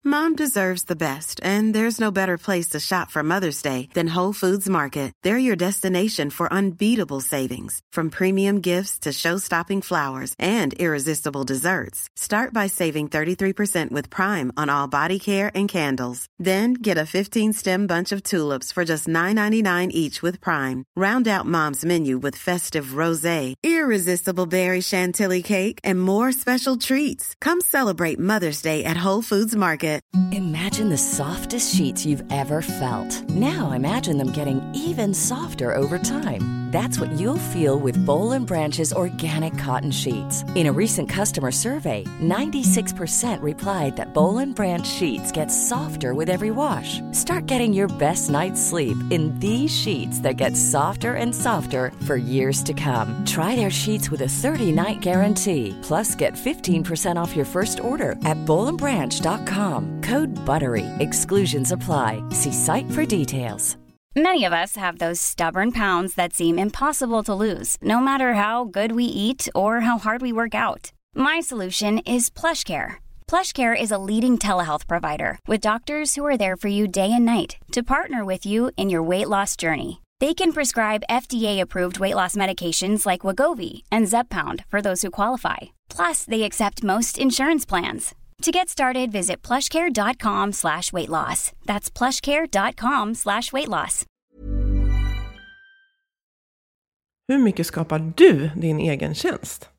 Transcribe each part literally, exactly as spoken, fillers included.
Mom deserves the best, and there's no better place to shop for Mother's Day than Whole Foods Market. They're your destination for unbeatable savings, from premium gifts to show-stopping flowers and irresistible desserts. Start by saving thirty-three percent with Prime on all body care and candles. Then get a fifteen-stem bunch of tulips for just nine ninety-nine each with Prime. Round out Mom's menu with festive rosé, irresistible berry chantilly cake, and more special treats. Come celebrate Mother's Day at Whole Foods Market. Imagine the softest sheets you've ever felt. Now imagine them getting even softer over time. That's what you'll feel with Boll and Branch's organic cotton sheets. In a recent customer survey, ninety-six percent replied that Boll and Branch sheets get softer with every wash. Start getting your best night's sleep in these sheets that get softer and softer for years to come. Try their sheets with a thirty-night guarantee. Plus, get fifteen percent off your first order at boll and branch dot com. Code BUTTERY. Exclusions apply. See site for details. Many of us have those stubborn pounds that seem impossible to lose, no matter how good we eat or how hard we work out. My solution is PlushCare. PlushCare is a leading telehealth provider with doctors who are there for you day and night to partner with you in your weight loss journey. They can prescribe F D A-approved weight loss medications like Wegovy and Zepbound for those who qualify. Plus, they accept most insurance plans. To get started, visit plushcare.com slash weight loss. That's plushcare.com slash weight loss. Hur mycket skapar du din egen tjänst?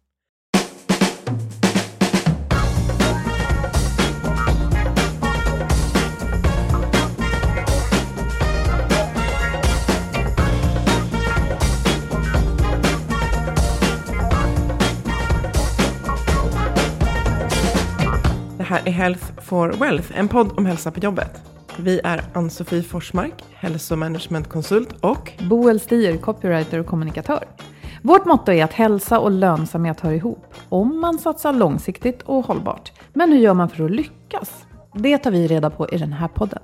Det här är Health for Wealth, en podd om hälsa på jobbet. Vi är Ann-Sofie Forsmark, hälsomanagementkonsult, och Boel Stier, copywriter och kommunikatör. Vårt motto är att hälsa och lönsamhet hör ihop, om man satsar långsiktigt och hållbart. Men hur gör man för att lyckas? Det tar vi reda på i den här podden.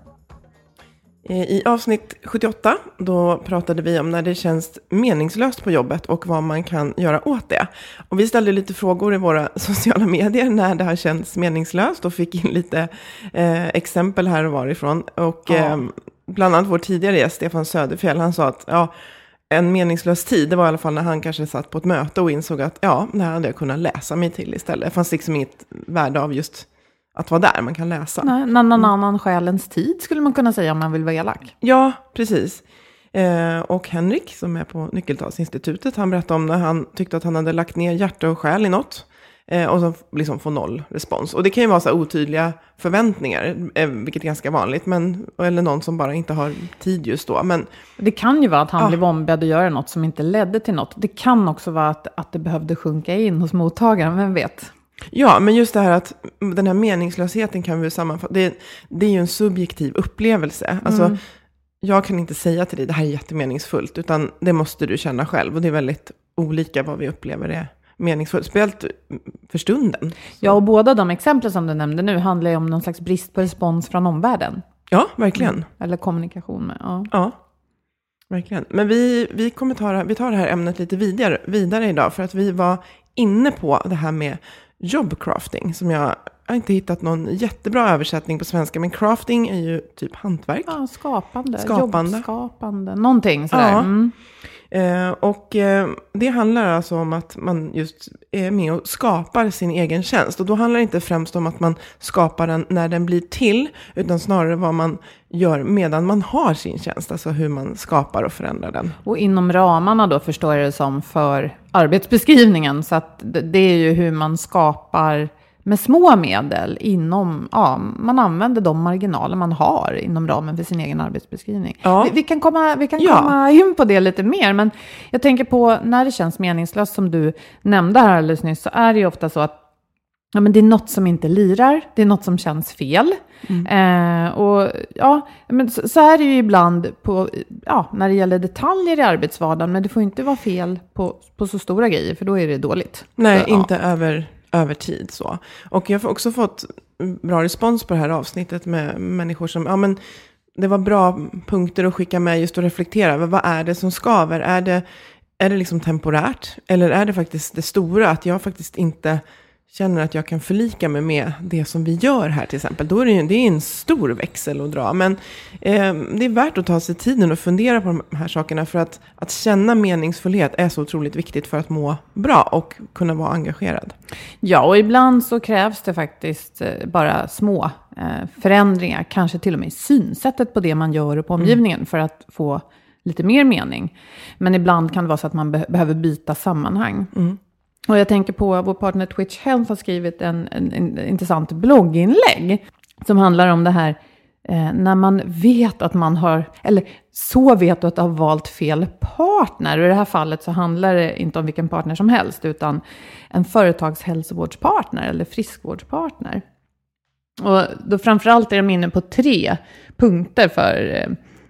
I avsnitt sjuttioåtta då pratade vi om när det känns meningslöst på jobbet och vad man kan göra åt det. Och vi ställde lite frågor i våra sociala medier när det har känts meningslöst och fick in lite eh, exempel här och varifrån. Och ja. eh, bland annat vår tidigare gäst Stefan Söderfjell, han sa att ja, en meningslös tid, det var i alla fall när han kanske satt på ett möte och insåg att ja, det här hade jag kunnat läsa mig till istället. Det fanns liksom inget värde av just att vara där, man kan läsa. Nej, någon mm. annan själens tid skulle man kunna säga om man vill vara elak. Ja, precis. Eh, och Henrik som är på Nyckeltalsinstitutet, han berättade om när han tyckte att han hade lagt ner hjärta och själ i något. Eh, och så liksom få noll respons. Och det kan ju vara så otydliga förväntningar, eh, vilket är ganska vanligt. Men, eller någon som bara inte har tid just då. Men, det kan ju vara att han ja. blev ombedd att göra något som inte ledde till något. Det kan också vara att, att det behövde sjunka in hos mottagaren, vem vet? Ja, men just det här att den här meningslösheten kan vi sammanfatta. Det, det är ju en subjektiv upplevelse. Alltså, mm. jag kan inte säga till dig, det här är jättemeningsfullt. Utan det måste du känna själv. Och det är väldigt olika vad vi upplever det meningsfullt. Speciellt för stunden. Så. Ja, och båda de exempel som du nämnde nu handlar ju om någon slags brist på respons från omvärlden. Ja, verkligen. Mm. Eller kommunikation med, ja. Ja, verkligen. Men vi, vi, kommer ta, vi tar det här ämnet lite vidare, vidare idag. För att vi var inne på det här med jobcrafting, som jag har inte hittat någon jättebra översättning på svenska, men crafting är ju typ hantverk. Ja, skapande. Skapande. Jobbskapande. Någonting sådär. Ja. Mm. Eh, och eh, det handlar alltså om att man just är med och skapar sin egen tjänst. Och då handlar det inte främst om att man skapar den när den blir till, utan snarare vad man gör medan man har sin tjänst. Alltså hur man skapar och förändrar den. Och inom ramarna då förstår jag det som för arbetsbeskrivningen. Så att det är ju hur man skapar med små medel inom, ja, man använder de marginaler man har inom ramen för sin egen arbetsbeskrivning. Ja. Vi, vi kan, komma, vi kan ja. komma in på det lite mer, men jag tänker på när det känns meningslöst som du nämnde här alldeles nyss, så är det ju ofta så att ja, men det är något som inte lirar, det är något som känns fel. Mm. Eh, och ja, men så, så är det ju ibland på, ja, när det gäller detaljer i arbetsvardagen, men det får inte vara fel på, på så stora grejer, för då är det dåligt. Nej, så, ja. inte över... över tid så. Och jag har också fått bra respons på det här avsnittet med människor som, ja men det var bra punkter att skicka med just att reflektera över vad är det som skaver? Är det, är det liksom temporärt? Eller är det faktiskt det stora att jag faktiskt inte känner att jag kan förlika mig med det som vi gör här till exempel, då är det, ju, det är en stor växel att dra. Men eh, det är värt att ta sig tiden och fundera på de här sakerna, för att, att känna meningsfullhet är så otroligt viktigt för att må bra och kunna vara engagerad. Ja, och ibland så krävs det faktiskt bara små eh, förändringar, kanske till och med i synsättet på det man gör och på omgivningen mm. för att få lite mer mening. Men ibland kan det vara så att man be- behöver byta sammanhang. Mm. Och jag tänker på vår partner Twitch Health har skrivit en, en, en intressant blogginlägg som handlar om det här eh, när man vet att man har, eller så vet du att du har valt fel partner. Och i det här fallet så handlar det inte om vilken partner som helst, utan en företagshälsovårdspartner eller friskvårdspartner. Och då framförallt är de inne på tre punkter för eh,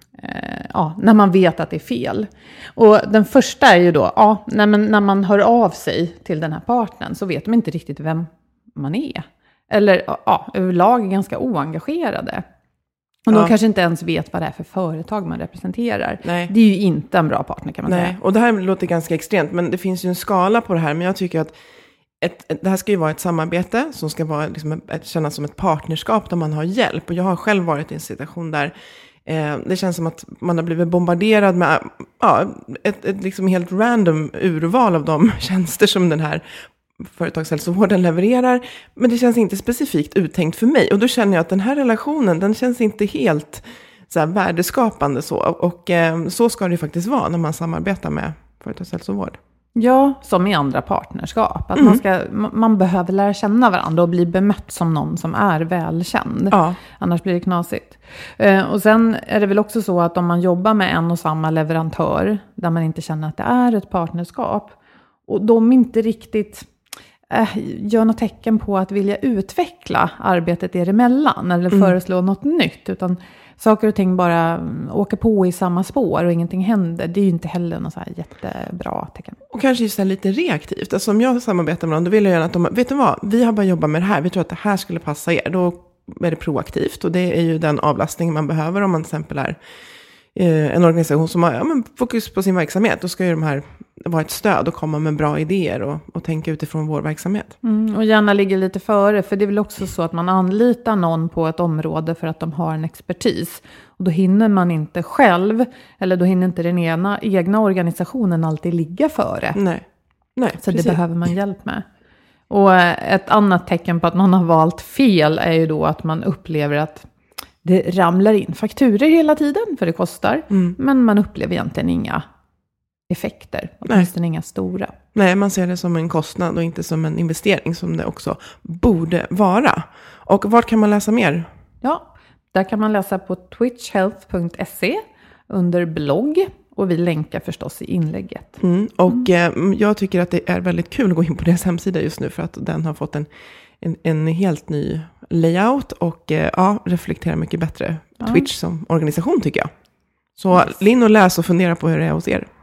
ja, när man vet att det är fel. Och den första är ju då, ja, när man, när man hör av sig till den här partnern så vet de inte riktigt vem man är. Eller ja, överlag är ganska oengagerade. Och ja. de kanske inte ens vet vad det är för företag man representerar. Nej. Det är ju inte en bra partner, kan man Nej. säga. Och det här låter ganska extremt, men det finns ju en skala på det här. Men jag tycker att ett, ett, det här ska ju vara ett samarbete som ska vara, liksom, ett, kännas som ett partnerskap där man har hjälp. Och jag har själv varit i en situation där Eh, det känns som att man har blivit bombarderad med ja, ett, ett liksom helt random urval av de tjänster som den här företagshälsovården levererar. Men det känns inte specifikt uttänkt för mig. Och då känner jag att den här relationen, den känns inte helt så här, värdeskapande så. Och eh, så ska det ju faktiskt vara när man samarbetar med företagshälsovård. Ja, som i andra partnerskap. Att mm. man, ska, man behöver lära känna varandra och bli bemött som någon som är välkänd. Ja. Annars blir det knasigt. Eh, och sen är det väl också så att om man jobbar med en och samma leverantör, där man inte känner att det är ett partnerskap, och de inte riktigt eh, gör något tecken på att vilja utveckla arbetet er emellan eller mm. föreslå något nytt, utan saker och ting bara åker på i samma spår och ingenting händer. Det är ju inte heller något så här jättebra tecken. Och kanske just lite reaktivt. Alltså om jag samarbetar med någon, då vill jag gärna att de, vet du vad, vi har bara jobbat med det här. Vi tror att det här skulle passa er. Då är det proaktivt. Och det är ju den avlastning man behöver om man till exempel är eh, en organisation som har ja, men fokus på sin verksamhet. Då ska ju de här vara ett stöd och komma med bra idéer och, och tänka utifrån vår verksamhet. Mm, och gärna ligga lite före, för det är väl också så att man anlitar någon på ett område för att de har en expertis. Och då hinner man inte själv, eller då hinner inte den ena, egna organisationen alltid ligga före. Nej. Nej, så precis. Det behöver man hjälp med. Och ett annat tecken på att man har valt fel är ju då att man upplever att det ramlar in fakturer hela tiden, för det kostar. Mm. Men man upplever egentligen inga effekter, åtminstone inga stora. Nej, man ser det som en kostnad och inte som en investering som det också borde vara. Och vart kan man läsa mer? Ja, där kan man läsa på twitch health punkt se under blogg, och vi länkar förstås i inlägget. Mm, och mm. Eh, jag tycker att det är väldigt kul att gå in på deras hemsida just nu, för att den har fått en, en, en helt ny layout och eh, ja, reflekterar mycket bättre ja. Twitch som organisation, tycker jag. Så yes. Linn och läs och fundera på hur det är hos er.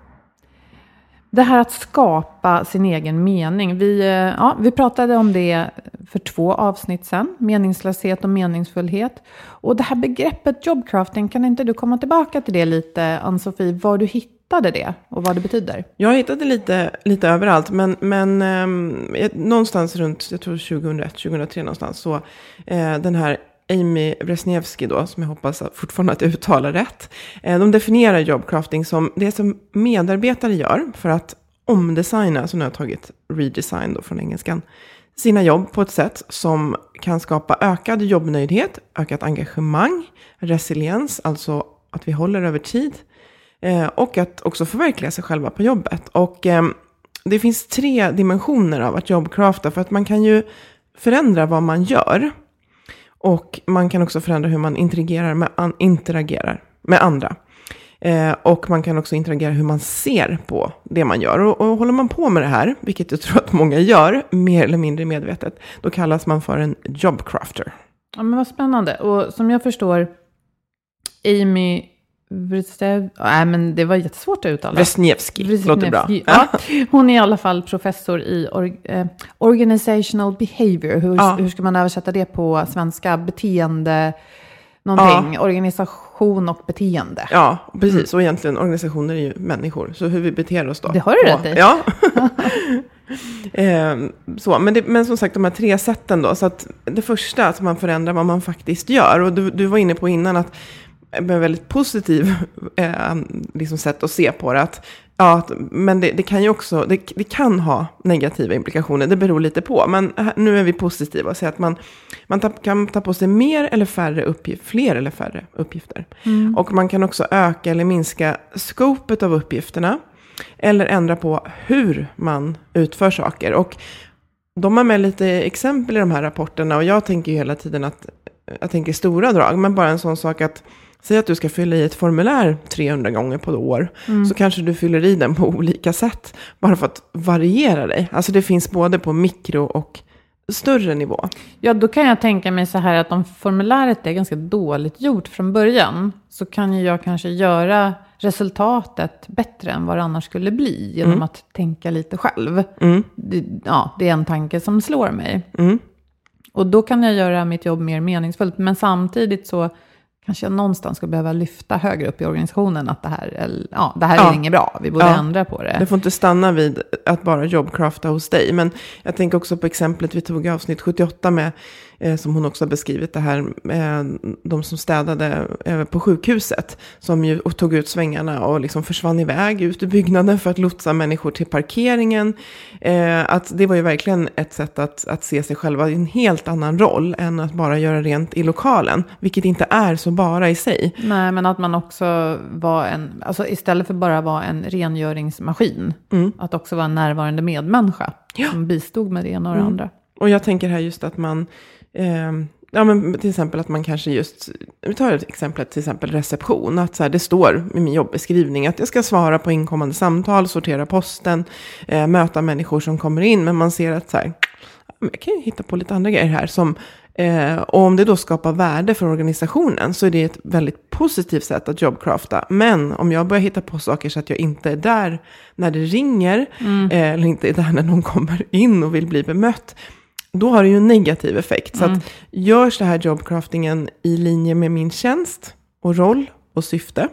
Det här att skapa sin egen mening. Vi, ja, vi pratade om det för två avsnitt sedan. Meningslöshet och meningsfullhet. Och det här begreppet jobcrafting, kan inte du komma tillbaka till det lite, Ann-Sofie? Var du hittade det och vad det betyder? Jag hittade lite, lite överallt. Men, men eh, någonstans runt, jag tror tjugohundraett tjugohundratre någonstans. Så eh, den här Amy Wrzesniewski då, som jag hoppas fortfarande att jag uttalar rätt. De definierar jobcrafting som det som medarbetare gör för att omdesigna, så nu har jag tagit redesign då från engelskan, sina jobb på ett sätt som kan skapa ökad jobbnöjdhet, ökat engagemang, resiliens, alltså att vi håller över tid, och att också förverkliga sig själva på jobbet. Och det finns tre dimensioner av att jobcrafta, för att man kan ju förändra vad man gör. Och man kan också förändra hur man interagerar med, an, interagerar med andra. Eh, och man kan också interagera hur man ser på det man gör. Och, och håller man på med det här, vilket jag tror att många gör, mer eller mindre medvetet, då kallas man för en jobcrafter. Ja, men vad spännande. Och som jag förstår, Amy Wrzesniewski, nej men det var jättesvårt att uttala. Wrzesniewski, låter bra. Ja, hon är i alla fall professor i or, eh, organizational behavior. Hur, ja. hur ska man översätta det på svenska? Beteende, någonting. Ja. Organisation och beteende. Ja, precis. Mm. Och egentligen organisationer är ju människor. Så hur vi beter oss då. Det har du rätt i. Ja. eh, så, men, det, men som sagt, de här tre sätten då. Så att det första, att man förändrar vad man faktiskt gör. Och du, du var inne på innan att med väldigt positiv eh, liksom sätt att se på det. Att, ja, att, men det, det kan ju också, det, det kan ha negativa implikationer. Det beror lite på. Men här, nu är vi positiva och säger att man, man ta, kan ta på sig mer eller färre uppgifter, fler eller färre uppgifter. Mm. Och man kan också öka eller minska skopet av uppgifterna. Eller ändra på hur man utför saker. Och de har med lite exempel i de här rapporterna. Och jag tänker ju hela tiden att, jag tänker stora drag. Men bara en sån sak att, säg att du ska fylla i ett formulär trehundra gånger på ett år. Mm. Så kanske du fyller i den på olika sätt. Bara för att variera dig. Alltså det finns både på mikro och större nivå. Ja, då kan jag tänka mig så här att om formuläret är ganska dåligt gjort från början. Så kan ju jag kanske göra resultatet bättre än vad det annars skulle bli. Genom mm. att tänka lite själv. Mm. Det, ja, det är en tanke som slår mig. Mm. Och då kan jag göra mitt jobb mer meningsfullt. Men samtidigt så kanske jag någonstans ska behöva lyfta högre upp i organisationen att det här, eller, ja, det här ja. är inget bra. Vi borde ja. ändra på det. Det får inte stanna vid att bara jobbcrafta hos dig. Men jag tänker också på exemplet vi tog i avsnitt sjuttioåtta med, eh, som hon också har beskrivit det här, eh, de som städade eh, på sjukhuset. Som ju tog ut svängarna och liksom försvann iväg ut i byggnaden för att lotsa människor till parkeringen. Eh, att det var ju verkligen ett sätt att, att se sig själva i en helt annan roll än att bara göra rent i lokalen. Vilket inte är så bara i sig. Nej, men att man också var en, alltså istället för bara vara en rengöringsmaskin, mm. att också vara en närvarande medmänniska ja. som bistod med det ena och det mm. andra. Och jag tänker här just att man, eh, ja men till exempel att man kanske just, vi tar ett exempel, till exempel reception, att så här, det står i min jobbeskrivning att jag ska svara på inkommande samtal, sortera posten, eh, möta människor som kommer in, men man ser att så här, jag kan ju hitta på lite andra grejer här som Eh, och om det då skapar värde för organisationen så är det ett väldigt positivt sätt att jobbcrafta. Men om jag börjar hitta på saker så att jag inte är där när det ringer mm. eh, eller inte är där när någon kommer in och vill bli bemött, då har det ju en negativ effekt. Mm. Så att görs det här jobbcraftingen i linje med min tjänst och roll och syfte,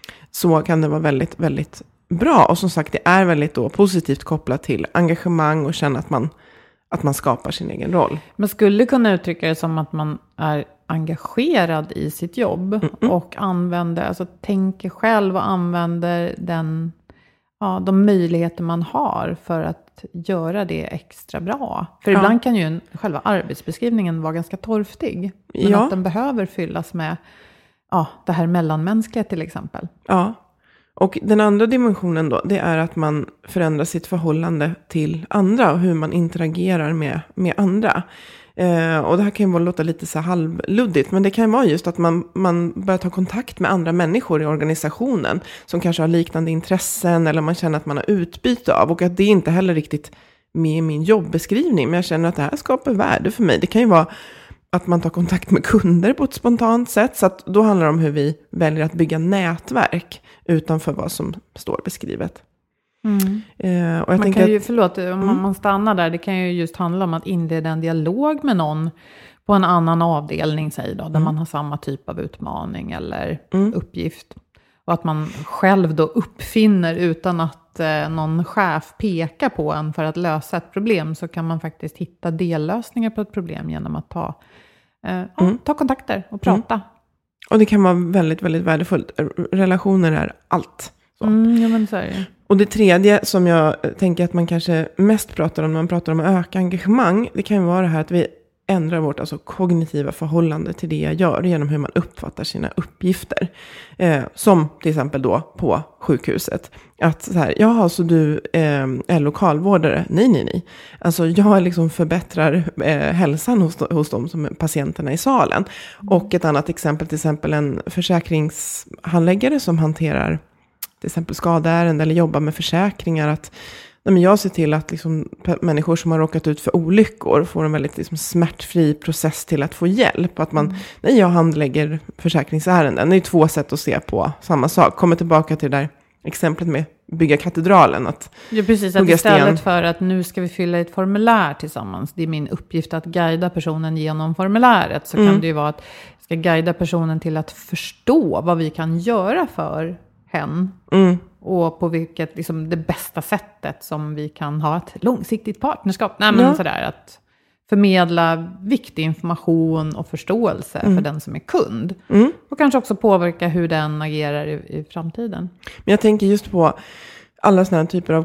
så kan det vara väldigt, väldigt bra. Och som sagt, det är väldigt då positivt kopplat till engagemang och känna att man Att man skapar sin egen roll. Man skulle kunna uttrycka det som att man är engagerad i sitt jobb. Mm-mm. Och använder, alltså tänker själv och använder den, ja, de möjligheter man har för att göra det extra bra. För ja. ibland kan ju en, själva arbetsbeskrivningen vara ganska torftig. Men ja. att den behöver fyllas med ja, det här mellanmänskliga till exempel. Ja. Och den andra dimensionen då, det är att man förändrar sitt förhållande till andra och hur man interagerar med, med andra. Eh, och det här kan ju låta lite så halvluddigt, men det kan vara just att man, man börjar ta kontakt med andra människor i organisationen som kanske har liknande intressen eller man känner att man har utbyte av. Och att det inte heller riktigt med i min jobbeskrivning, men jag känner att det här skapar värde för mig. Det kan ju vara att man tar kontakt med kunder på ett spontant sätt. Så att då handlar det om hur vi väljer att bygga nätverk utanför vad som står beskrivet. Mm. Eh, och jag man kan ju, att, förlåt, om mm. man stannar där, det kan ju just handla om att inleda en dialog med någon på en annan avdelning, säg då, där mm. man har samma typ av utmaning eller mm. uppgift. Och att man själv då uppfinner utan att eh, någon chef pekar på en för att lösa ett problem, så kan man faktiskt hitta dellösningar på ett problem genom att ta, eh, mm. ta kontakter och prata. Mm. Och det kan vara väldigt, väldigt värdefullt. Relationer är allt. Så. Mm, ja, men så är det. Och det tredje som jag tänker att man kanske mest pratar om när man pratar om att öka engagemang, det kan ju vara det här att vi ändrar vårt alltså kognitiva förhållande till det jag gör genom hur man uppfattar sina uppgifter. Eh, som till exempel då på sjukhuset. Att så här, jaha, så du eh, är lokalvårdare? Nej, nej, nej. Alltså jag liksom förbättrar eh, hälsan hos, hos de som är patienterna i salen. Mm. Och ett annat exempel, till exempel en försäkringshandläggare som hanterar till exempel skadeärenden eller jobbar med försäkringar, att nej, men jag ser till att liksom, p- människor som har råkat ut för olyckor får en väldigt liksom, smärtfri process till att få hjälp. Att man, mm. nej, jag handlägger försäkringsärenden. Det är två sätt att se på samma sak. Kommer tillbaka till det där exemplet med bygga katedralen. Att ja, precis. Att istället sten. för att nu ska vi fylla ett formulär tillsammans. Det är min uppgift att guida personen genom formuläret. Så mm. kan det ju vara att jag ska guida personen till att förstå vad vi kan göra för hen. Mm. Och på vilket liksom, det bästa sättet som vi kan ha ett långsiktigt partnerskap. Nej, men ja. sådär, att förmedla viktig information och förståelse mm. för den som är kund. Mm. Och kanske också påverka hur den agerar i, i framtiden. Men jag tänker just på alla sådana här typer av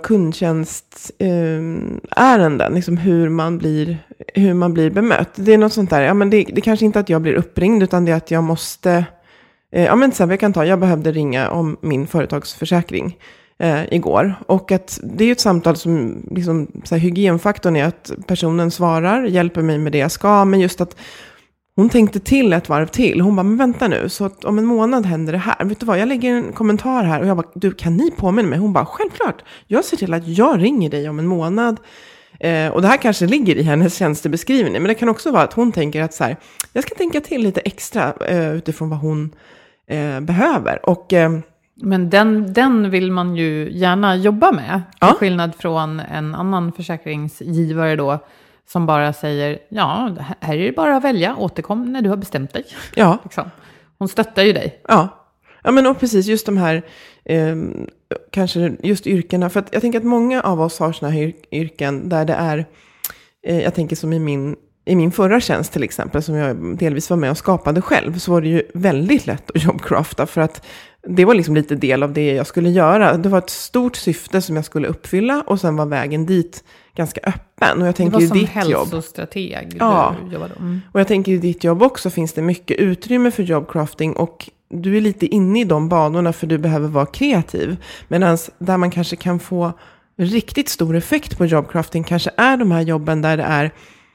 kundtjänstärenden. Eh, liksom hur man blir, hur man blir bemött. Det är något sånt där. Ja, men det, det kanske inte att jag blir uppringd, utan det är att jag måste... Eh, ja, men till exempel, jag kan ta, jag behövde ringa om min företagsförsäkring eh, igår. Och att det är ju ett samtal som, liksom, så här, hygienfaktorn är att personen svarar, hjälper mig med det jag ska. Men just att hon tänkte till ett varv till. Hon bara, men vänta nu, så att om en månad händer det här. Vet du vad, jag lägger en kommentar här. Och jag bara, du, kan ni påminna mig? Hon bara, självklart. Jag ser till att jag ringer dig om en månad. Eh, och det här kanske ligger i hennes tjänstebeskrivning. Men det kan också vara att hon tänker att så här, jag ska tänka till lite extra eh, utifrån vad hon eh, behöver. Och... Eh, Men den, den vill man ju gärna jobba med. Ja. Till skillnad från en annan försäkringsgivare då. Som bara säger, ja, här är det bara att välja. Återkom när du har bestämt dig. Ja. liksom. Hon stöttar ju dig. Ja, ja men och precis just de här, eh, kanske just yrkena. För att jag tänker att många av oss har såna här yrken där det är, eh, jag tänker som i min, i min förra tjänst till exempel, som jag delvis var med och skapade själv, så var det ju väldigt lätt att jobbcrafta, för att det var liksom lite del av det jag skulle göra. Det var ett stort syfte som jag skulle uppfylla, och sen var vägen dit ganska öppen. Och jag tänker, det var ju som ditt jobb. hälsostrateg. Ja. Du jobbade. Mm. Och jag tänker i ditt jobb också finns det mycket utrymme för jobbcrafting, och du är lite inne i de banorna för du behöver vara kreativ. Medan där man kanske kan få riktigt stor effekt på jobbcrafting kanske är de här jobben där det är,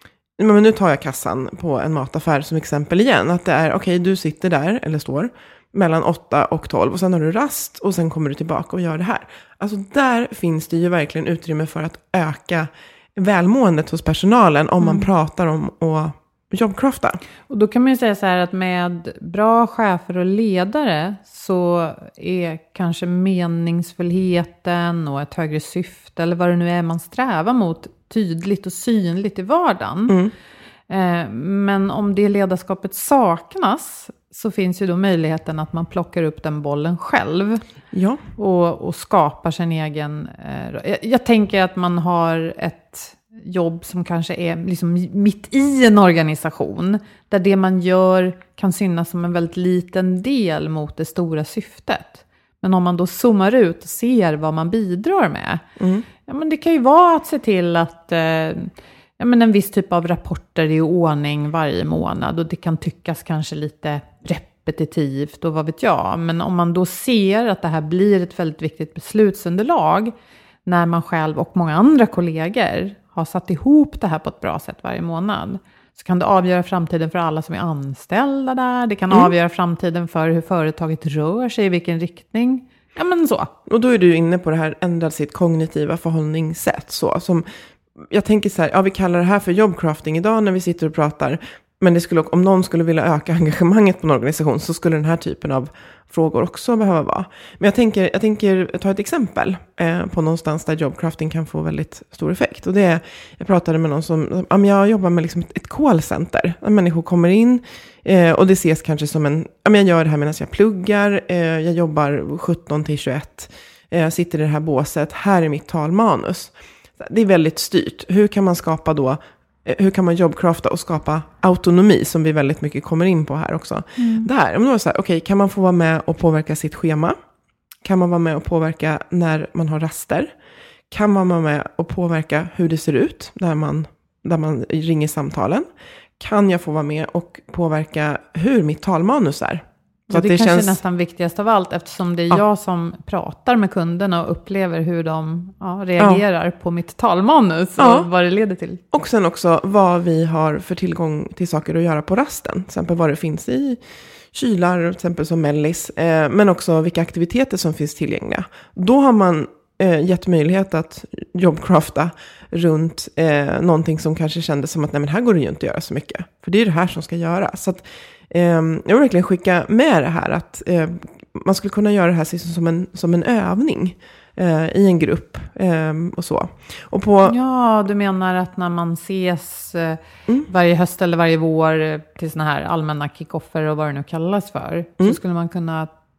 men nu tar jag kassan på en mataffär som exempel igen, att det är okej, okay, du sitter där eller står mellan åtta och tolv och sen har du rast och sen kommer du tillbaka och gör det här. Alltså där finns det ju verkligen utrymme för att öka välmåendet hos personalen om mm. man pratar om att jobbcrafta. Och då kan man ju säga så här att med bra chefer och ledare så är kanske meningsfullheten och ett högre syfte eller vad det nu är man strävar mot tydligt och synligt i vardagen. Mm. Eh, men om det ledarskapet saknas så finns ju då möjligheten att man plockar upp den bollen själv. Ja. Och, och skapar sin egen... Eh, jag, jag tänker att man har ett jobb som kanske är liksom mitt i en organisation. Där det man gör kan synas som en väldigt liten del mot det stora syftet. Men om man då zoomar ut och ser vad man bidrar med. Mm. Ja, men det kan ju vara att se till att... Eh, Ja, men en viss typ av rapporter är i ordning varje månad och det kan tyckas kanske lite repetitivt och vad vet jag. Men om man då ser att det här blir ett väldigt viktigt beslutsunderlag när man själv och många andra kollegor har satt ihop det här på ett bra sätt varje månad, så kan det avgöra framtiden för alla som är anställda där. Det kan mm. avgöra framtiden för hur företaget rör sig, i vilken riktning. Ja, men så. Och då är du inne på det här, ändra sitt kognitiva förhållningssätt så som... Jag tänker så här, ja, vi kallar det här för jobbcrafting idag när vi sitter och pratar. Men det skulle, om någon skulle vilja öka engagemanget på en organisation så skulle den här typen av frågor också behöva vara. Men jag tänker, jag tänker ta ett exempel eh, på någonstans där jobbcrafting kan få väldigt stor effekt. Och det är, jag pratade med någon som, ja, jag jobbar med liksom ett, ett callcenter. Där människor kommer in eh, och det ses kanske som en, ja, jag gör det här medan jag pluggar. Eh, jag jobbar sjutton till tjugoett. Eh, jag sitter i det här båset. Här är mitt talmanus. Det är väldigt styrt. Hur kan man skapa då, hur kan man jobbcrafta och skapa autonomi som vi väldigt mycket kommer in på här också. Mm. Där, om det var så här, okej, kan man få vara med och påverka sitt schema? Kan man vara med och påverka när man har raster? Kan man vara med och påverka hur det ser ut där man, där man ringer samtalen? Kan jag få vara med och påverka hur mitt talmanus är? Så det, det kanske känns... är nästan viktigast av allt, eftersom det är ja. jag som pratar med kunderna och upplever hur de ja, reagerar ja. på mitt talmanus ja. och vad det leder till. Och sen också vad vi har för tillgång till saker att göra på rasten. Till exempel vad det finns i kylar, till exempel som Mellis. Eh, men också vilka aktiviteter som finns tillgängliga. Då har man eh, gett möjlighet att jobbcrafta runt eh, någonting som kanske kändes som att nej, men här går det ju inte att göra så mycket. För det är det här som ska göras. Så att jag vill verkligen skicka med det här att eh, man skulle kunna göra det här som en, som en övning eh, i en grupp eh, och så. Och på... Ja, du menar att när man ses eh, mm. varje höst eller varje vår till såna här allmänna kickoffer och vad det nu kallas för, mm. så skulle man kunna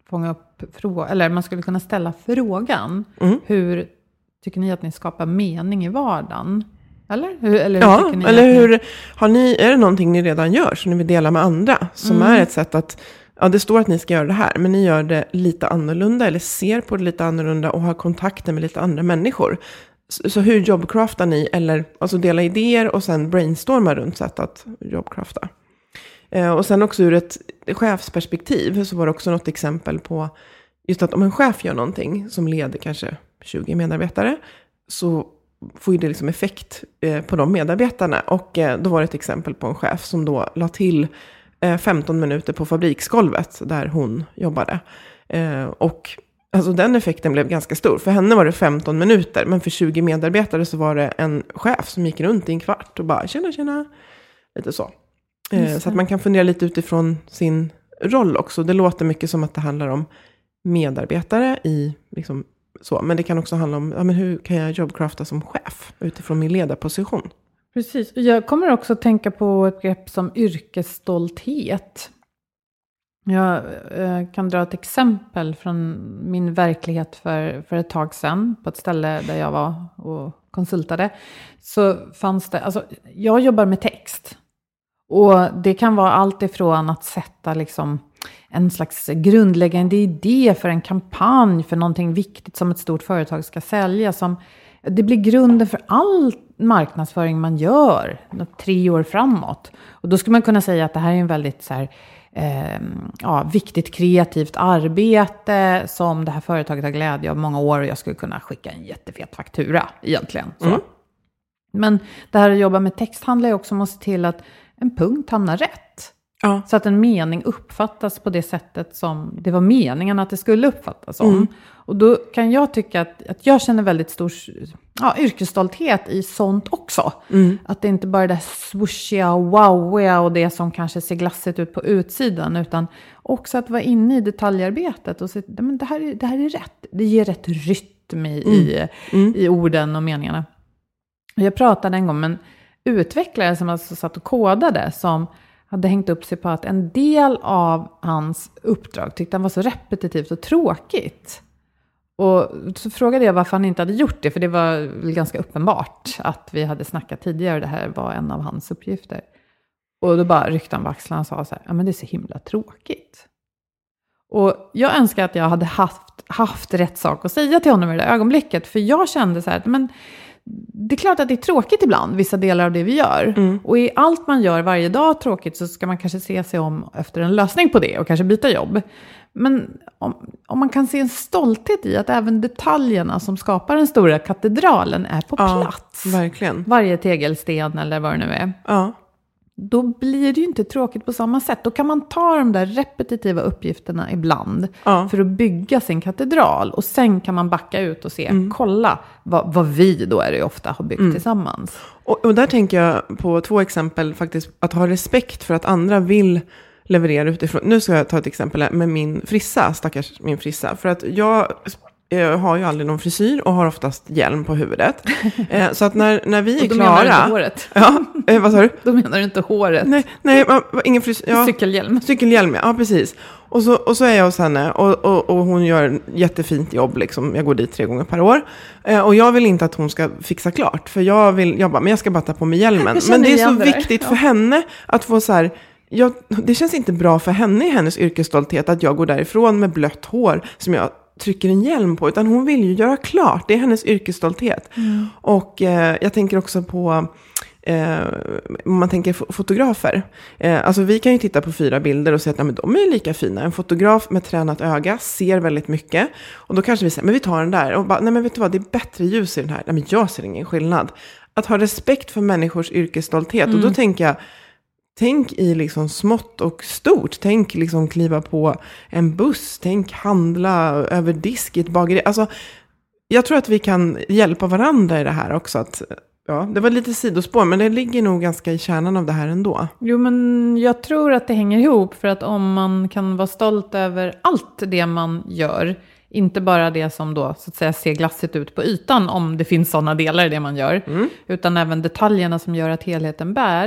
fånga upp frågan, eller man skulle kunna ställa frågan. Mm. Hur tycker ni att ni skapar mening i vardagen? Eller? Hur, eller ja, hur ni eller hur, ni... har ni, är det någonting ni redan gör som ni vill dela med andra? Som Mm. är ett sätt att, ja det står att ni ska göra det här, men ni gör det lite annorlunda eller ser på det lite annorlunda och har kontakter med lite andra människor. Så, så hur jobbcraftar ni? Eller alltså dela idéer och sen brainstorma runt sätt att jobbcrafta. Eh, och sen också ur ett chefsperspektiv så var det också något exempel på just att om en chef gör någonting som leder kanske tjugo medarbetare så får ju det liksom effekt eh, på de medarbetarna. Och eh, då var det ett exempel på en chef som då la till eh, femton minuter på fabriksgolvet där hon jobbade. Eh, och alltså den effekten blev ganska stor. För henne var det femton minuter, men för tjugo medarbetare så var det en chef som gick runt i en kvart och bara tjena, tjena. Lite så. Eh, så att man kan fundera lite utifrån sin roll också. Det låter mycket som att det handlar om medarbetare i liksom så. Men det kan också handla om ja, men hur kan jag jobbcrafta som chef utifrån min ledarposition. Precis. Jag kommer också att tänka på ett grepp som yrkesstolthet. Jag eh, kan dra ett exempel från min verklighet för, för ett tag sedan. På ett ställe där jag var och konsultade. Så fanns det, alltså jag jobbar med text. Och det kan vara allt ifrån att sätta liksom en slags grundläggande idé för en kampanj, för någonting viktigt som ett stort företag ska sälja. Som, det blir grunden för all marknadsföring man gör tre år framåt. Och då skulle man kunna säga att det här är en väldigt så här, eh, ja, viktigt kreativt arbete som det här företaget har glädje av många år och jag skulle kunna skicka en jättefet faktura egentligen. Så. Mm. Men det här att jobba med text handlar ju också om att se till att en punkt hamnar rätt. Ja. Så att en mening uppfattas på det sättet som det var meningen att det skulle uppfattas som. Mm. Och då kan jag tycka att, att jag känner väldigt stor ja, yrkesstolthet i sånt också. Mm. Att det inte bara är det swooshiga och wowiga och det som kanske ser glassigt ut på utsidan. Utan också att vara inne i detaljarbetet och se att det här, är, det här är rätt. Det ger rätt rytm i, mm. i, mm. i orden och meningarna. Jag pratade en gång med en utvecklare som alltså satt och kodade som hade hängt upp sig på att en del av hans uppdrag tyckte han var så repetitivt och tråkigt. Och så frågade jag varför han inte hade gjort det, för det var väl ganska uppenbart att vi hade snackat tidigare och det här var en av hans uppgifter. Och då bara ryckte han på axlarna och sa så här, ja men det är så himla tråkigt. Och jag önskar att jag hade haft, haft rätt sak att säga till honom i det där ögonblicket, för jag kände så här, men det är klart att det är tråkigt ibland, vissa delar av det vi gör. Mm. Och i allt man gör varje dag tråkigt så ska man kanske se sig om efter en lösning på det och kanske byta jobb. Men om, om man kan se en stolthet i att även detaljerna som skapar den stora katedralen är på ja, plats. Verkligen. Varje tegelsten eller vad det nu är. Ja. Då blir det ju inte tråkigt på samma sätt. Då kan man ta de där repetitiva uppgifterna ibland ja. För att bygga sin katedral. Och sen kan man backa ut och se, mm. kolla vad, vad vi då är det ofta har byggt mm. tillsammans. Och, och där tänker jag på två exempel faktiskt. Att ha respekt för att andra vill leverera utifrån. Nu ska jag ta ett exempel med min frissa, stackars min frissa. För att jag... Jag har ju aldrig någon frisyr och har oftast hjälm på huvudet. Eh, så att när, när vi är och då klara... menar du inte håret? Ja, eh, vad sa du? Då menar du inte håret? Nej, nej ingen frisyr. Ja, cykelhjälm. Cykelhjälm, ja precis. Och så, och så är jag hos henne och, och, och hon gör ett jättefint jobb. Liksom. Jag går dit tre gånger per år. Eh, och jag vill inte att hon ska fixa klart. För jag vill, jag bara, men jag ska bara ta på mig hjälmen. Men det är så viktigt ja. För henne att få så här... Jag, det känns inte bra för henne i hennes yrkesstolthet att jag går därifrån med blött hår som jag trycker en hjälm på, utan hon vill ju göra klart. Det är hennes yrkesstolthet. Mm. Och eh, jag tänker också på eh, man tänker f- fotografer. Eh, alltså vi kan ju titta på fyra bilder och säga att nej, men de är lika fina. En fotograf med tränat öga ser väldigt mycket. Och då kanske vi säger, men vi tar den där. Och bara, nej men vet du vad, det är bättre ljus i den här. Nej men jag ser ingen skillnad. Att ha respekt för människors yrkesstolthet. Mm. Och då tänker jag, tänk i liksom smått och stort. Tänk liksom kliva på en buss. Tänk handla över disk i ett bageri. Alltså, jag tror att vi kan hjälpa varandra i det här också. Att, ja, det var lite sidospår, men det ligger nog ganska i kärnan av det här ändå. Jo, men jag tror att det hänger ihop. För att om man kan vara stolt över allt det man gör, inte bara det som då så att säga ser glassigt ut på ytan, om det finns sådana delar i det man gör, mm. utan även detaljerna som gör att helheten bär.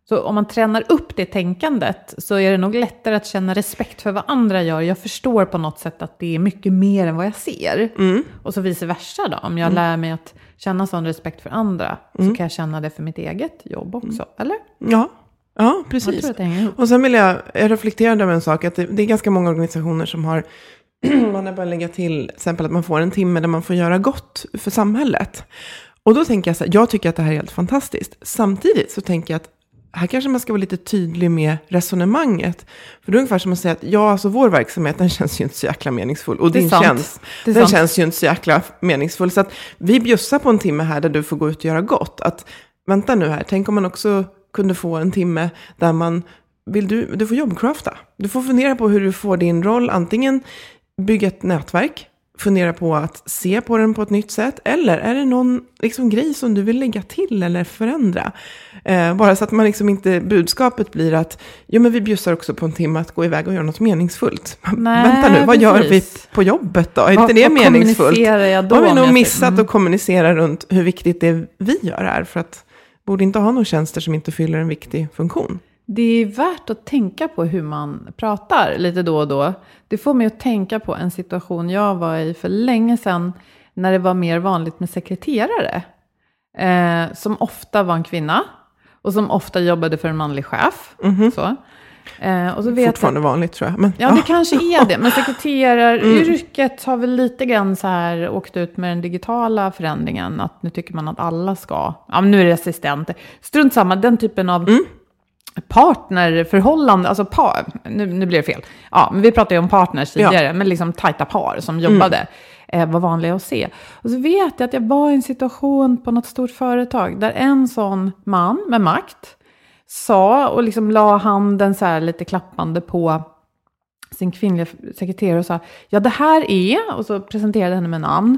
Så om man tränar upp det tänkandet så är det nog lättare att känna respekt för vad andra gör. Jag förstår på något sätt att det är mycket mer än vad jag ser. Mm. Och så vice versa då. Om jag mm. lär mig att känna sån respekt för andra mm. så kan jag känna det för mitt eget jobb också. Mm. Eller? Ja. Ja, precis. Jag tror att och sen vill jag, jag reflektera över en sak. Att det, det är ganska många organisationer som har, man har bara lägga till, till exempel att man får en timme där man får göra gott för samhället. Och då tänker jag så här, jag tycker att det här är helt fantastiskt. Samtidigt så tänker jag att här kanske man ska vara lite tydlig med resonemanget. För det är ungefär som att säga att ja, alltså vår verksamhet, den känns ju inte så jäkla meningsfull. Och din tjänst, den sant. känns ju inte så jäkla meningsfull. Så att vi bjussar på en timme här där du får gå ut och göra gott. Att vänta nu här, tänk om man också kunde få en timme där man vill du, du får jobbcrafta. Du får fundera på hur du får din roll, antingen bygga ett nätverk, fundera på att se på den på ett nytt sätt, eller är det någon liksom grej som du vill lägga till eller förändra? Eh, bara så att man liksom inte, budskapet blir att jo men vi bjussar också på en timme att gå iväg och göra något meningsfullt. Nej, vänta nu, vad precis. gör vi på jobbet då? Är inte det vad meningsfullt? Jag då har vi nog missat mm. att kommunicera runt hur viktigt det vi gör här, för att borde inte ha några tjänster som inte fyller en viktig funktion. Det är värt att tänka på hur man pratar lite då och då. Det får mig att tänka på en situation jag var i för länge sedan när det var mer vanligt med sekreterare. Eh, som ofta var en kvinna och som ofta jobbade för en manlig chef. Mm-hmm. Så. Eh, och så vet Fortfarande jag, vanligt tror jag. Men, ja, det kanske är det. Men sekreteraryrket mm. har väl lite grann så här åkt ut med den digitala förändringen. Att nu tycker man att alla ska, ja men nu är det assistenter. Strunt samma, den typen av... Mm. partnerförhållande, alltså par, nu, nu blir det fel. Ja, men vi pratade ju om partners tidigare, ja. men liksom tajta par som jobbade mm. eh, var vanliga att se. Och så vet jag att jag var i en situation på något stort företag där en sån man med makt sa och liksom la handen så här lite klappande på sin kvinnliga sekreterare och sa, ja det här är, och så presenterade henne med namn,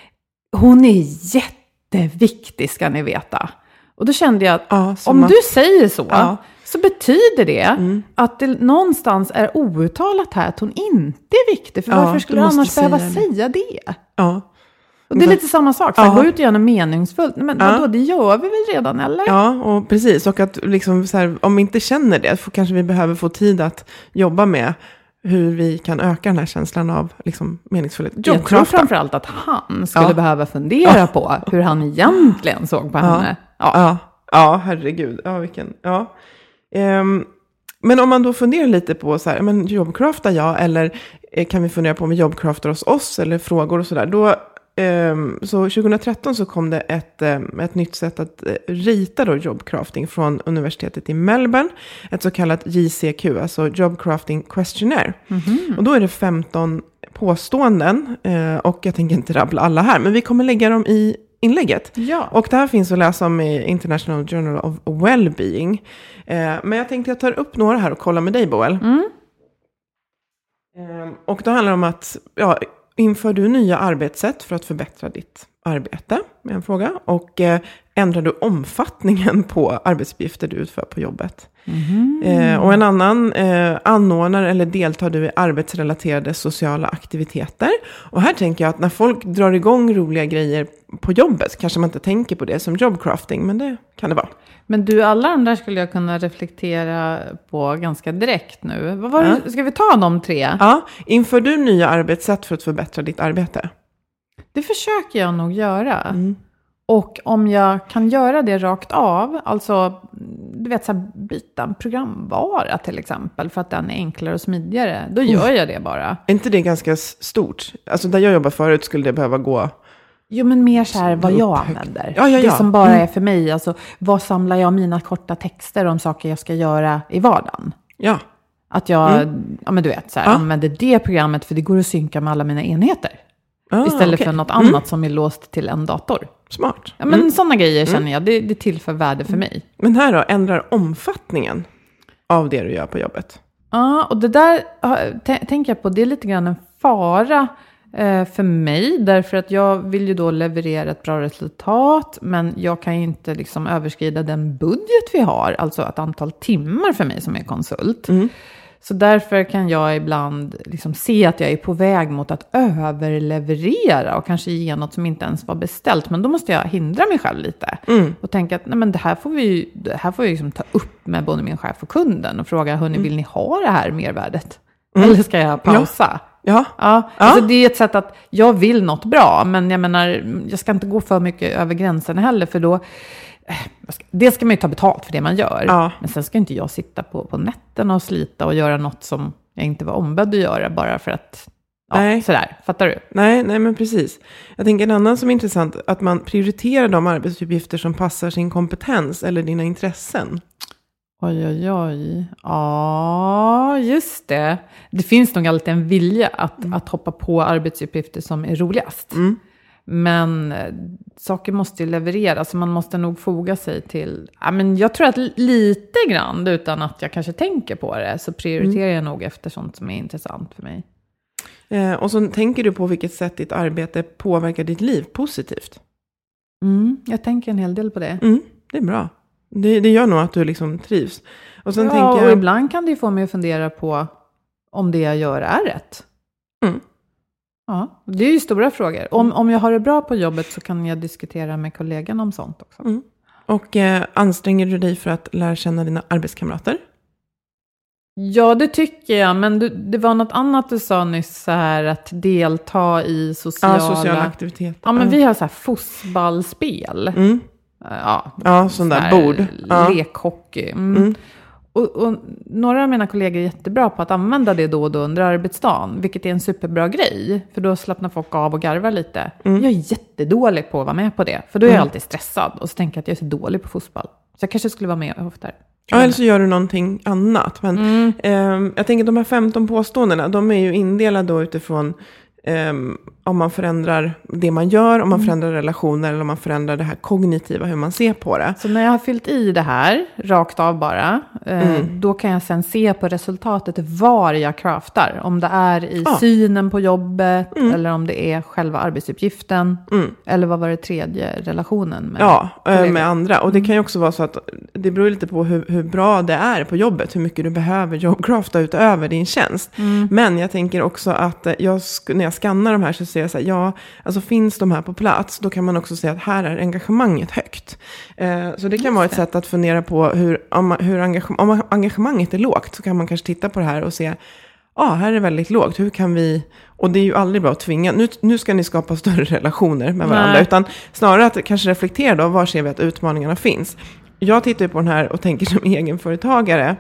hon är jätteviktig ska ni veta. Och då kände jag att ja, om att... du säger så ja. så betyder det mm. att det någonstans är outtalat här att hon inte är viktig. För ja, varför skulle du annars säga behöva det. säga det? Ja. Och det är lite samma sak. Så ja. Gå ut och göra något meningsfullt. Men ja. vadå, det gör vi väl redan, eller? Ja, och precis. Och att liksom så här, om vi inte känner det så kanske vi behöver få tid att jobba med hur vi kan öka den här känslan av liksom, meningsfullhet. Jag tror framförallt att han skulle ja. behöva fundera ja. på hur han egentligen såg på henne. Ja, ja, ja herregud. Ja, vilken, ja. Um, men om man då funderar lite på så här, men jobbcraftar jag, eller kan vi fundera på om vi jobbcraftar hos oss, eller frågor och sådär. Då, um, så tjugohundratretton så kom det ett, um, ett nytt sätt att uh, rita då jobbcrafting från universitetet i Melbourne. Ett så kallat J C Q, alltså Job Crafting Questionnaire. Mm-hmm. Och då är det femton påståenden, uh, och jag tänker inte rabbla alla här, men vi kommer lägga dem i inlägget. Ja. Och det här finns att läsa om i International Journal of Wellbeing. Eh, men jag tänkte jag tar upp några här och kollar med dig, Boel. Mm. Eh, och då handlar det om att ja, inför du nya arbetssätt för att förbättra ditt arbete, med en fråga. Och eh, ändrar du omfattningen på arbetsuppgifter du utför på jobbet. Mm. Eh, och en annan, eh, anordnar eller deltar du i arbetsrelaterade sociala aktiviteter. Och här tänker jag att när folk drar igång roliga grejer på jobbet kanske man inte tänker på det som jobbcrafting, men det kan det vara. Men du, alla de där skulle jag kunna reflektera på ganska direkt nu. Vad var det? Ja. Ska vi ta de tre? Ja, inför du nya arbetssätt för att förbättra ditt arbete? Det försöker jag nog göra. Mm. Och om jag kan göra det rakt av, alltså du vet så här, byta en programvara till exempel för att den är enklare och smidigare, då gör jag det bara. Är inte det ganska stort? Alltså där jag jobbar förut skulle det behöva gå... Jo, men mer så här vad jag använder. Ja, ja, ja. Det som bara mm. är för mig, alltså vad samlar jag mina korta texter om saker jag ska göra i vardagen? Ja. Att jag, mm. ja men du vet, så här, ja. använder det programmet för det går att synka med alla mina enheter. Ah, istället okay. för något annat mm. som är låst till en dator. Smart. Ja, men mm. sådana grejer känner jag, det, det tillför värde för mig. Men här då, ändrar omfattningen av det du gör på jobbet? Ja, och det där t- tänker jag på, det är lite grann en fara eh, för mig. Därför att jag vill ju då leverera ett bra resultat, men jag kan ju inte liksom överskrida den budget vi har. Alltså ett antal timmar för mig som är konsult. Mm. Så därför kan jag ibland liksom se att jag är på väg mot att överleverera och kanske ge något som inte ens var beställt. Men då måste jag hindra mig själv lite mm. och tänka att nej, men det här får vi, det här får jag liksom ta upp med både min chef och kunden och fråga, hörni, mm. vill ni ha det här mervärdet? Mm. Eller ska jag pausa? Ja. Ja. Ja. Alltså det är ett sätt att jag vill något bra, men jag menar, jag ska inte gå för mycket över gränsen heller, för då det ska man ju ta betalt för det man gör. Ja. Men sen ska inte jag sitta på, på nätterna och slita och göra något som jag inte var ombedd att göra bara för att, ja, nej. Sådär, fattar du? Nej, nej, men precis. Jag tänker en annan som är intressant, att man prioriterar de arbetsuppgifter som passar sin kompetens eller dina intressen. Oj, oj, oj. Ja, just det. Det finns nog alltid en vilja att, mm. att hoppa på arbetsuppgifter som är roligast. Mm. Men saker måste ju levereras, så man måste nog foga sig till, ja, men jag tror att lite grann, utan att jag kanske tänker på det, så prioriterar mm. jag nog efter sånt som är intressant för mig. Eh, och så tänker du på vilket sätt ditt arbete påverkar ditt liv positivt? Mm, jag tänker en hel del på det. Mm, det är bra. Det, det gör nog att du liksom trivs. Och sen ja, tänker jag... och ibland kan det ju få mig att fundera på om det jag gör är rätt. Mm. Ja, det är ju stora frågor. Om, om jag har det bra på jobbet så kan jag diskutera med kollegan om sånt också. Mm. Och eh, anstränger du dig för att lära känna dina arbetskamrater? Ja, det tycker jag. Men du, det var något annat du sa nyss, så här, att delta i sociala... Ja, sociala aktiviteter. Ja, men mm. vi har så här fotbollsspel. Mm. Ja, ja sån där bord. Lekhockey. Mm. Mm. Och, och några av mina kollegor är jättebra på att använda det då och då under arbetsdagen. Vilket är en superbra grej. För då slappnar folk av och garvar lite. Mm. Jag är jättedålig på att vara med på det. För då är jag mm. alltid stressad. Och så tänker jag att jag är så dålig på fotboll. Så jag kanske skulle vara med oftare. Ja, eller så gör du någonting annat. Men mm. eh, jag tänker att de här femton påståendena, de är ju indelade då utifrån... Um, om man förändrar det man gör, om man mm. förändrar relationer eller om man förändrar det här kognitiva, hur man ser på det. Så när jag har fyllt i det här, rakt av bara, mm. eh, då kan jag sen se på resultatet var jag craftar. Om det är i ja. synen på jobbet mm. eller om det är själva arbetsuppgiften. Mm. Eller vad var det tredje, relationen med Ja, kollegor. Med andra. Och det kan ju också vara så att det beror lite på hur, hur bra det är på jobbet, hur mycket du behöver jobbcrafta utöver din tjänst. Mm. Men jag tänker också att jag, när jag skannar de här så ser jag så här, ja, alltså finns de här på plats, då kan man också säga att här är engagemanget högt. Eh, så det kan Just vara ett det. sätt att fundera på hur, om, hur engagem- om engagemanget är lågt, så kan man kanske titta på det här och se, ja, ah, här är det väldigt lågt, hur kan vi, och det är ju aldrig bra att tvinga, nu, nu ska ni skapa större relationer med varandra, Nej. utan snarare att kanske reflektera då, var ser vi att utmaningarna finns. Jag tittar på den här och tänker som egenföretagare,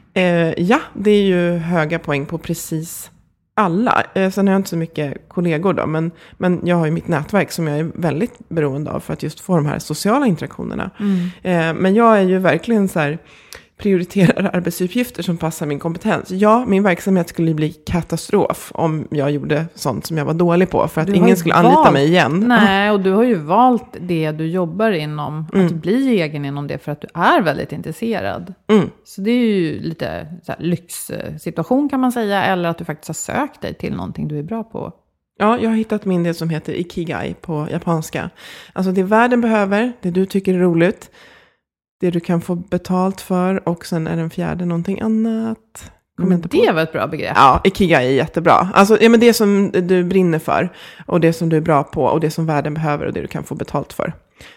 eh, ja, det är ju höga poäng på precis alla. Eh, sen har jag inte så mycket kollegor då, men, men jag har ju mitt nätverk som jag är väldigt beroende av för att just få de här sociala interaktionerna. Mm. Eh, men jag är ju verkligen så här, prioriterar arbetsuppgifter som passar min kompetens. Ja, min verksamhet skulle bli katastrof om jag gjorde sånt som jag var dålig på, för att ingen skulle valt, anlita mig igen. Nej, och du har ju valt det du jobbar inom, mm. att bli egen inom det för att du är väldigt intresserad. Mm. Så det är ju lite så här, lyxsituation kan man säga, eller att du faktiskt har sökt dig till någonting du är bra på. Ja, jag har hittat min del som heter Ikigai på japanska. Alltså det världen behöver, det du tycker är roligt, det du kan få betalt för, och sen är den fjärde någonting annat. Men inte det på. Var ett bra begrepp. Ja, Ikigai är jättebra. Alltså, ja, men det som du brinner för, och det som du är bra på, och det som världen behöver, och det du kan få betalt för.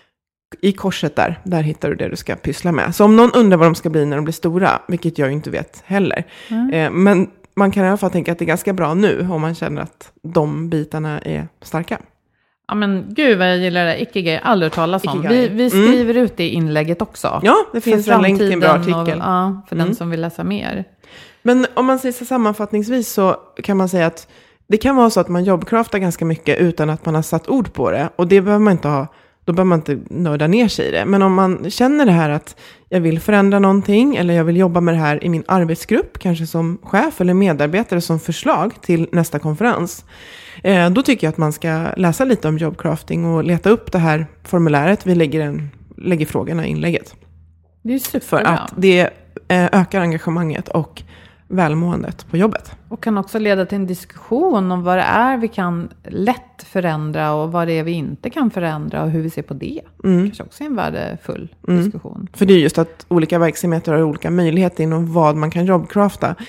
I korset där, där hittar du det du ska pyssla med. Så om någon undrar vad de ska bli när de blir stora, vilket jag ju inte vet heller. Mm. Eh, men man kan i alla fall tänka att det är ganska bra nu, om man känner att de bitarna är starka. Ja, men gud vad jag gillar det. Ikigai, aldrig hört talas om. Vi, vi skriver mm. ut det i inlägget också. Ja, det finns en länk till en bra artikel. Och, ja, för mm. den som vill läsa mer. Men om man säger så sammanfattningsvis, så kan man säga att det kan vara så att man jobbcraftar ganska mycket utan att man har satt ord på det. Och det behöver man inte ha, då behöver man inte nörda ner sig i det. Men om man känner det här att jag vill förändra någonting, eller jag vill jobba med det här i min arbetsgrupp, kanske som chef eller medarbetare som förslag till nästa konferens, eh, då tycker jag att man ska läsa lite om jobbcrafting och leta upp det här formuläret. Vi lägger, en, lägger frågorna i inlägget. Det är superbra. För att det eh, ökar engagemanget och välmåendet på jobbet. Och kan också leda till en diskussion om vad det är vi kan lätt förändra och vad det är vi inte kan förändra och hur vi ser på det. Mm. Kanske också är en värdefull mm. diskussion. För det är just att olika verksamheter har olika möjligheter inom vad man kan jobbcrafta.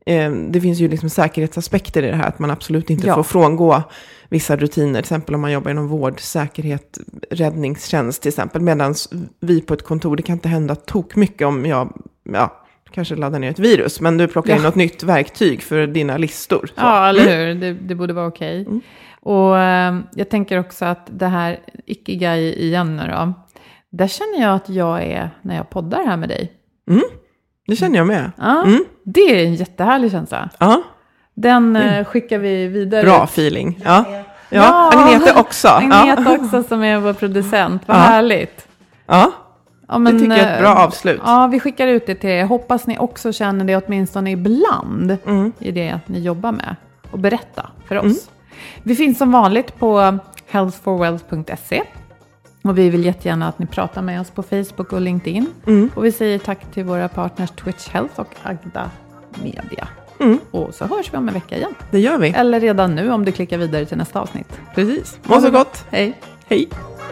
eh, det finns ju liksom säkerhetsaspekter i det här, att man absolut inte Ja. får frångå vissa rutiner, till exempel om man jobbar inom vård, säkerhet, räddningstjänst till exempel, medan vi på ett kontor, det kan inte hända tok mycket om jag, ja, kanske laddar ner ett virus, men du plockar Ja. in något nytt verktyg för dina listor. Så. Ja, eller Mm. hur? Det, det borde vara okej. Mm. Och eh, jag tänker också att det här Ikigai igen nu då, där känner jag att jag är när jag poddar här med dig. Mm. Det känner jag med. Ja, Mm. det är en jättehärlig känsla. Ja. Den mm. skickar vi vidare. Bra feeling. Ja, ja. Ja. Agneta också. Agneta ja. också som är vår producent. Vad Ja. härligt. Ja, Ja, men, det tycker jag är ett bra avslut. Ja, vi skickar ut det till er. Hoppas ni också känner det åtminstone ibland Mm. i det ni jobbar med. Och berätta för oss. Mm. Vi finns som vanligt på health for wealth punkt se. Och vi vill jättegärna att ni pratar med oss på Facebook och LinkedIn. Mm. Och vi säger tack till våra partners Twitch Health och Agda Media. Mm. Och så hörs vi om en vecka igen. Det gör vi. Eller redan nu om du klickar vidare till nästa avsnitt. Precis. Må så gott. Hej. Hej.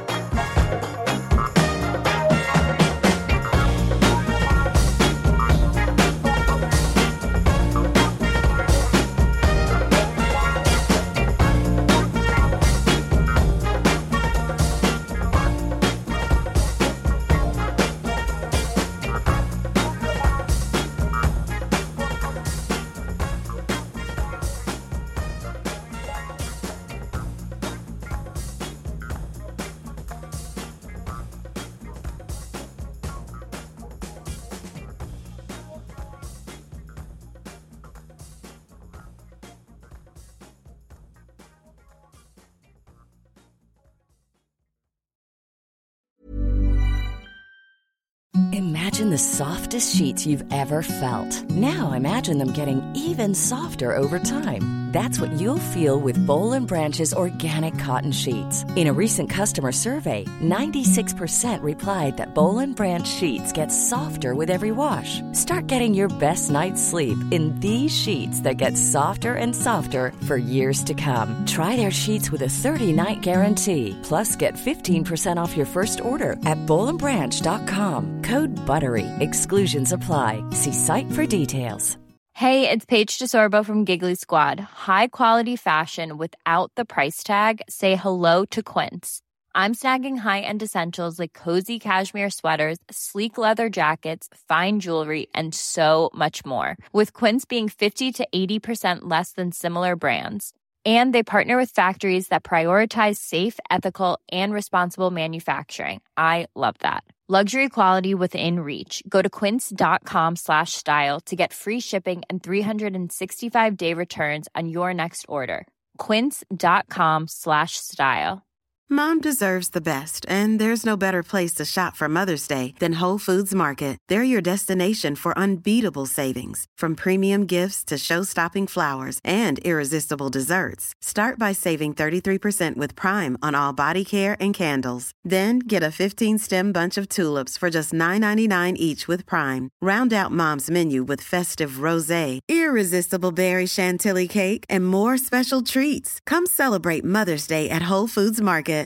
Imagine the softest sheets you've ever felt. Now imagine them getting even softer over time. That's what you'll feel with Boll and Branch's organic cotton sheets. In a recent customer survey, ninety-six percent replied that Boll and Branch sheets get softer with every wash. Start getting your best night's sleep in these sheets that get softer and softer for years to come. Try their sheets with a thirty-night guarantee. Plus, get fifteen percent off your first order at boll and branch dot com. Code BUTTERY. Exclusions apply. See site for details. Hey, it's Paige DeSorbo from Giggly Squad. High quality fashion without the price tag. Say hello to Quince. I'm snagging high-end essentials like cozy cashmere sweaters, sleek leather jackets, fine jewelry, and so much more. With Quince being fifty to eighty percent less than similar brands. And they partner with factories that prioritize safe, ethical, and responsible manufacturing. I love that. Luxury quality within reach. Go to quince.com slash style to get free shipping and three sixty-five day returns on your next order. Quince.com slash style. Mom deserves the best, and there's no better place to shop for Mother's Day than Whole Foods Market. They're your destination for unbeatable savings, from premium gifts to show-stopping flowers and irresistible desserts. Start by saving thirty-three percent with Prime on all body care and candles. Then get a fifteen-stem bunch of tulips for just nine ninety-nine each with Prime. Round out Mom's menu with festive rosé, irresistible berry chantilly cake, and more special treats. Come celebrate Mother's Day at Whole Foods Market.